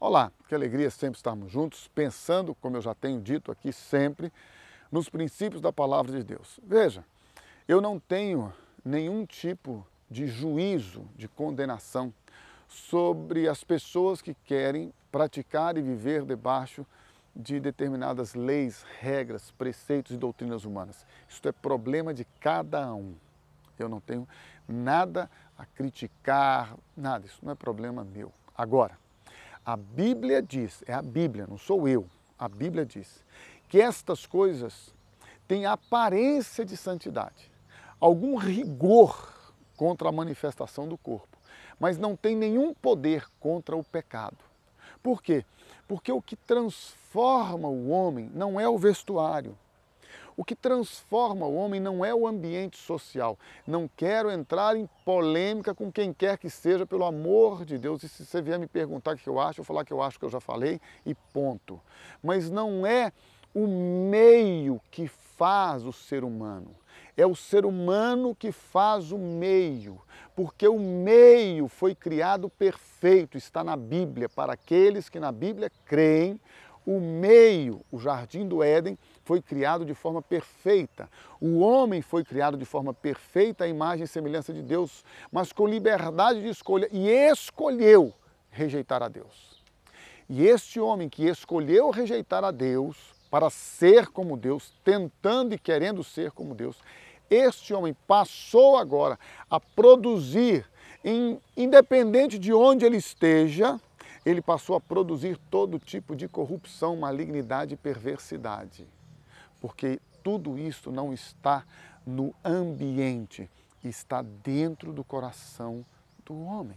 Olá, que alegria sempre estarmos juntos, pensando, como eu já tenho dito aqui sempre, nos princípios da palavra de Deus. Veja, eu não tenho nenhum tipo de juízo, de condenação sobre as pessoas que querem praticar e viver debaixo de determinadas leis, regras, preceitos e doutrinas humanas. Isso é problema de cada um. Eu não tenho nada a criticar, nada, isso não é problema meu. Agora, a Bíblia diz, é a Bíblia, não sou eu, a Bíblia diz que estas coisas têm aparência de santidade, algum rigor contra a manifestação do corpo, mas não tem nenhum poder contra o pecado. Por quê? Porque o que transforma o homem não é o vestuário. O que transforma o homem não é o ambiente social. Não quero entrar em polêmica com quem quer que seja, pelo amor de Deus. E se você vier me perguntar o que eu acho, eu falar que eu acho que eu já falei e ponto. Mas não é o meio que faz o ser humano. É o ser humano que faz o meio, porque o meio foi criado perfeito, está na Bíblia. Para aqueles que na Bíblia creem, o meio, o jardim do Éden, foi criado de forma perfeita. O homem foi criado de forma perfeita, à imagem e semelhança de Deus, mas com liberdade de escolha, e escolheu rejeitar a Deus. E este homem que escolheu rejeitar a Deus para ser como Deus, tentando e querendo ser como Deus, este homem passou agora a produzir, independente de onde ele esteja, ele passou a produzir todo tipo de corrupção, malignidade e perversidade. Porque tudo isso não está no ambiente, está dentro do coração do homem.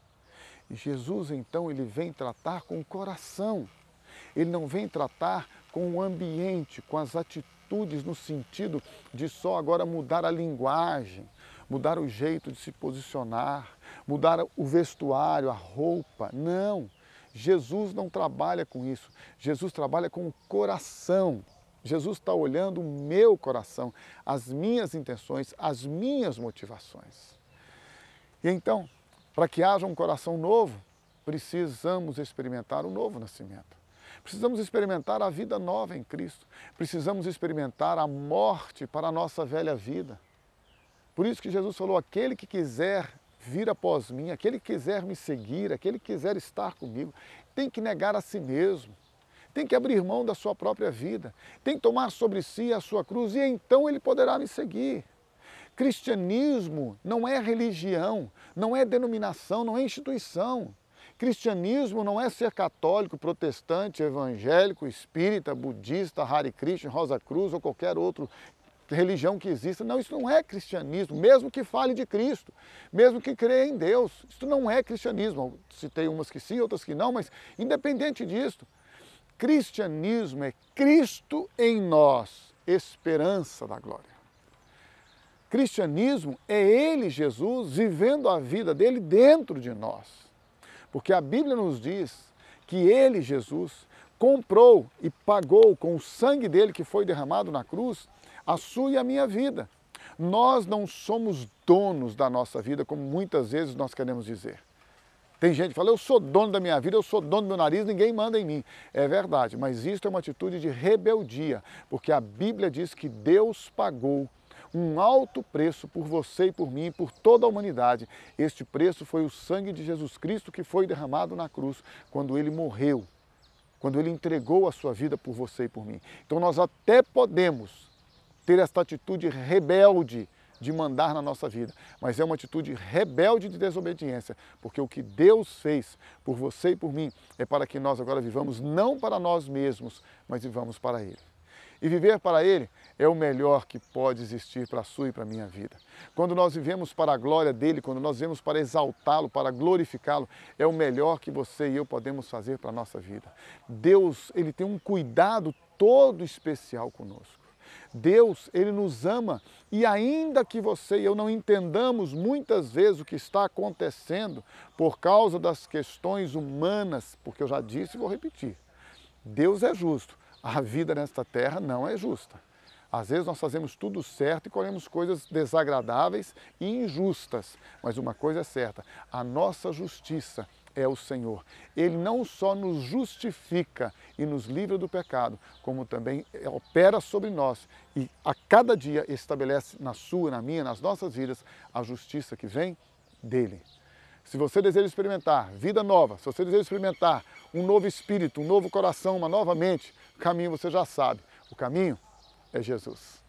E Jesus, então, ele vem tratar com o coração. Ele não vem tratar com o ambiente, com as atitudes no sentido de só agora mudar a linguagem, mudar o jeito de se posicionar, mudar o vestuário, a roupa. Não, Jesus não trabalha com isso. Jesus trabalha com o coração. Jesus está olhando o meu coração, as minhas intenções, as minhas motivações. E então, para que haja um coração novo, precisamos experimentar o novo nascimento. Precisamos experimentar a vida nova em Cristo. Precisamos experimentar a morte para a nossa velha vida. Por isso que Jesus falou, aquele que quiser vir após mim, aquele que quiser me seguir, aquele que quiser estar comigo, tem que negar a si mesmo. Tem que abrir mão da sua própria vida, tem que tomar sobre si a sua cruz e então ele poderá me seguir. Cristianismo não é religião, não é denominação, não é instituição. Cristianismo não é ser católico, protestante, evangélico, espírita, budista, Hare Krishna, Rosa Cruz ou qualquer outra religião que exista. Não, isso não é cristianismo, mesmo que fale de Cristo, mesmo que creia em Deus. Isso não é cristianismo. Citei umas que sim, outras que não, mas independente disso, cristianismo é Cristo em nós, esperança da glória. Cristianismo é Ele, Jesus, vivendo a vida dele dentro de nós. Porque a Bíblia nos diz que Ele, Jesus, comprou e pagou com o sangue dele que foi derramado na cruz, a sua e a minha vida. Nós não somos donos da nossa vida, como muitas vezes nós queremos dizer. Tem gente que fala, eu sou dono da minha vida, eu sou dono do meu nariz, ninguém manda em mim. É verdade, mas isso é uma atitude de rebeldia, porque a Bíblia diz que Deus pagou um alto preço por você e por mim e por toda a humanidade. Este preço foi o sangue de Jesus Cristo que foi derramado na cruz quando Ele morreu, quando Ele entregou a sua vida por você e por mim. Então nós até podemos ter esta atitude rebelde de mandar na nossa vida, mas é uma atitude rebelde de desobediência, porque o que Deus fez por você e por mim é para que nós agora vivamos não para nós mesmos, mas vivamos para Ele. E viver para Ele é o melhor que pode existir para a sua e para a minha vida. Quando nós vivemos para a glória dEle, quando nós vivemos para exaltá-lo, para glorificá-lo, é o melhor que você e eu podemos fazer para a nossa vida. Deus, Ele tem um cuidado todo especial conosco. Deus, Ele nos ama e ainda que você e eu não entendamos muitas vezes o que está acontecendo por causa das questões humanas, porque eu já disse e vou repetir, Deus é justo, a vida nesta terra não é justa. Às vezes nós fazemos tudo certo e colhemos coisas desagradáveis e injustas, mas uma coisa é certa, a nossa justiça é o Senhor. Ele não só nos justifica e nos livra do pecado, como também opera sobre nós e a cada dia estabelece na sua, na minha, nas nossas vidas a justiça que vem dele. Se você deseja experimentar vida nova, se você deseja experimentar um novo espírito, um novo coração, uma nova mente, o caminho você já sabe. O caminho é Jesus.